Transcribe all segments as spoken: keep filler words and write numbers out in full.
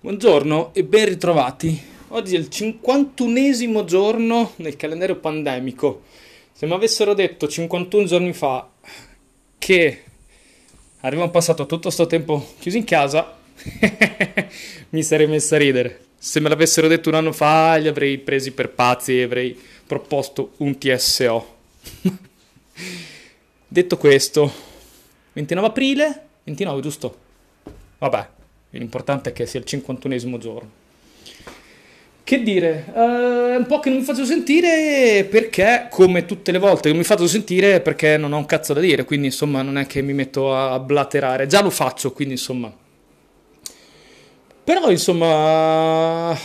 Buongiorno e ben ritrovati. Oggi è il cinquantunesimo giorno nel calendario pandemico. Se mi avessero detto cinquantuno giorni fa che avremmo passato tutto sto tempo chiusi in casa, mi sarei messo a ridere. Se me l'avessero detto un anno fa, li avrei presi per pazzi e avrei proposto un T S O. Detto questo, ventinove aprile, ventinove giusto? Vabbè, l'importante è che sia il cinquantunesimo giorno. Che dire, eh, è un po' che non mi faccio sentire perché, come tutte le volte che mi faccio sentire, perché non ho un cazzo da dire, quindi insomma non è che mi metto a blaterare, già lo faccio, quindi insomma. Però insomma,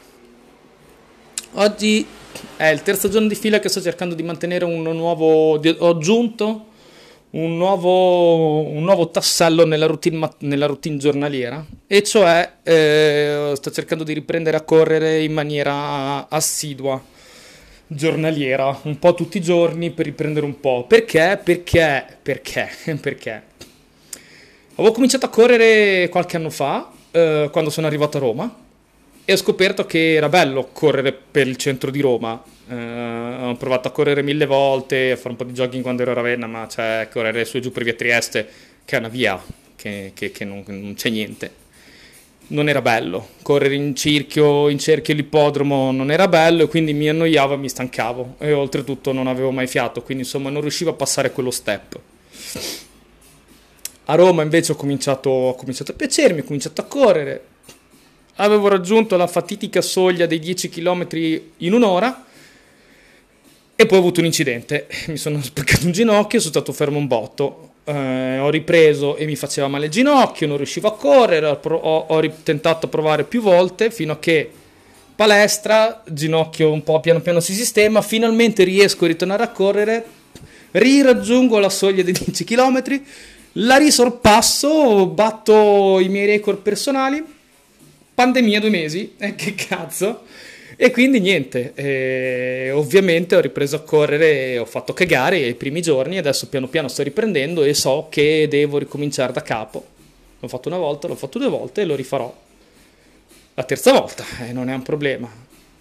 oggi è il terzo giorno di fila che sto cercando di mantenere un nuovo, di- ho aggiunto un nuovo, un nuovo tassello nella routine, mat- nella routine giornaliera, e cioè eh, sto cercando di riprendere a correre in maniera assidua, giornaliera, un po' tutti i giorni per riprendere un po'. Perché? Perché? Perché? Perché? Avevo cominciato a correre qualche anno fa, eh, quando sono arrivato a Roma, e ho scoperto che era bello correre per il centro di Roma. Eh, ho provato a correre mille volte, a fare un po' di jogging quando ero a Ravenna, ma cioè correre su e giù per via Trieste, che è una via che, che- che non, non c'è niente. Non era bello. Correre in cerchio, in cerchio all'ippodromo non era bello, e quindi mi annoiavo e mi stancavo. E oltretutto non avevo mai fiato, quindi insomma non riuscivo a passare quello step. A Roma invece ho cominciato, ho cominciato a piacermi, ho cominciato a correre. Avevo raggiunto la fatidica soglia dei dieci chilometri in un'ora e poi ho avuto un incidente. Mi sono spaccato un ginocchio, sono stato fermo un botto. Eh, ho ripreso e mi faceva male il ginocchio, non riuscivo a correre, ho, pro- ho- ho ri- tentato a provare più volte fino a che palestra, ginocchio un po' piano piano si sistema, finalmente riesco a ritornare a correre, riraggiungo la soglia dei dieci chilometri, la risorpasso, batto i miei record personali. Pandemia due mesi, eh, che cazzo. E quindi niente, eh, ovviamente ho ripreso a correre, ho fatto cagare i primi giorni, adesso piano piano sto riprendendo e so che devo ricominciare da capo. L'ho fatto una volta, l'ho fatto due volte e lo rifarò la terza volta, e non è un problema.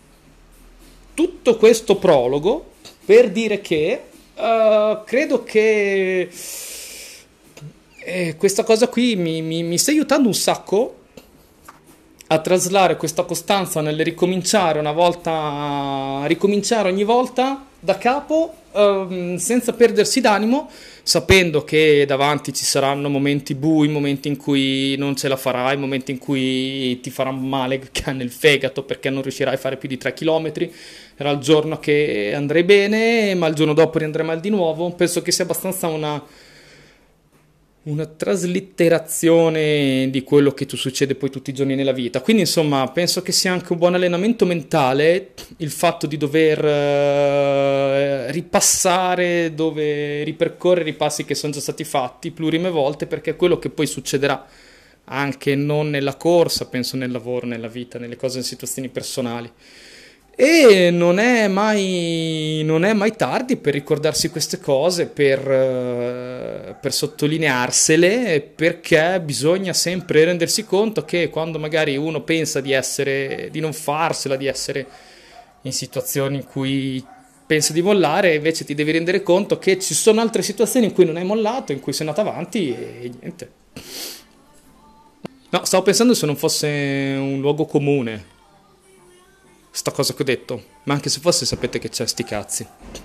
Tutto questo prologo per dire che eh, credo che eh, questa cosa qui mi, mi, mi sta aiutando un sacco a traslare questa costanza nel ricominciare una volta, ricominciare ogni volta da capo, ehm, senza perdersi d'animo, sapendo che davanti ci saranno momenti bui, momenti in cui non ce la farai, momenti in cui ti farà male nel fegato perché non riuscirai a fare più di tre chilometri. Era il giorno che andrei bene, ma il giorno dopo riandrei male di nuovo. Penso che sia abbastanza una una traslitterazione di quello che ti succede poi tutti i giorni nella vita. Quindi, insomma, penso che sia anche un buon allenamento mentale il fatto di dover eh, ripassare, dove ripercorrere i passi che sono già stati fatti plurime volte, perché è quello che poi succederà anche non nella corsa, penso nel lavoro, nella vita, nelle cose, in situazioni personali. E non è mai, non è mai tardi per ricordarsi queste cose, per, eh, per sottolinearsele, perché bisogna sempre rendersi conto che quando magari uno pensa di essere, di non farsela, di essere in situazioni in cui pensa di mollare, invece ti devi rendere conto che ci sono altre situazioni in cui non hai mollato, in cui sei andato avanti e niente. No, stavo pensando se non fosse un luogo comune sta cosa che ho detto, ma anche se fosse sapete che c'è, sti cazzi.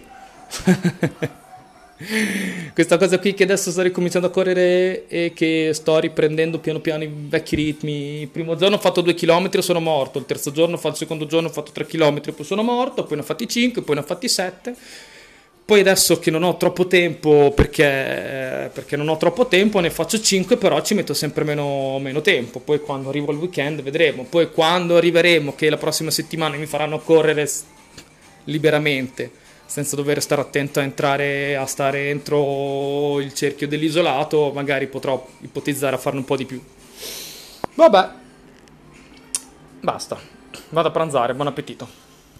Questa cosa qui che adesso sto ricominciando a correre e che sto riprendendo piano piano i vecchi ritmi. Il primo giorno ho fatto due chilometri e sono morto, il terzo giorno, il secondo giorno ho fatto tre chilometri e poi sono morto, poi ne ho fatti cinque, poi ne ho fatti sette. Poi adesso che non ho troppo tempo, perché, perché non ho troppo tempo, ne faccio cinque, però ci metto sempre meno, meno tempo. Poi quando arrivo al weekend vedremo. Poi quando arriveremo, che la prossima settimana mi faranno correre s- liberamente, senza dover stare attento a entrare, a stare entro il cerchio dell'isolato, magari potrò ipotizzare a farne un po' di più. Vabbè, basta. Vado a pranzare, buon appetito.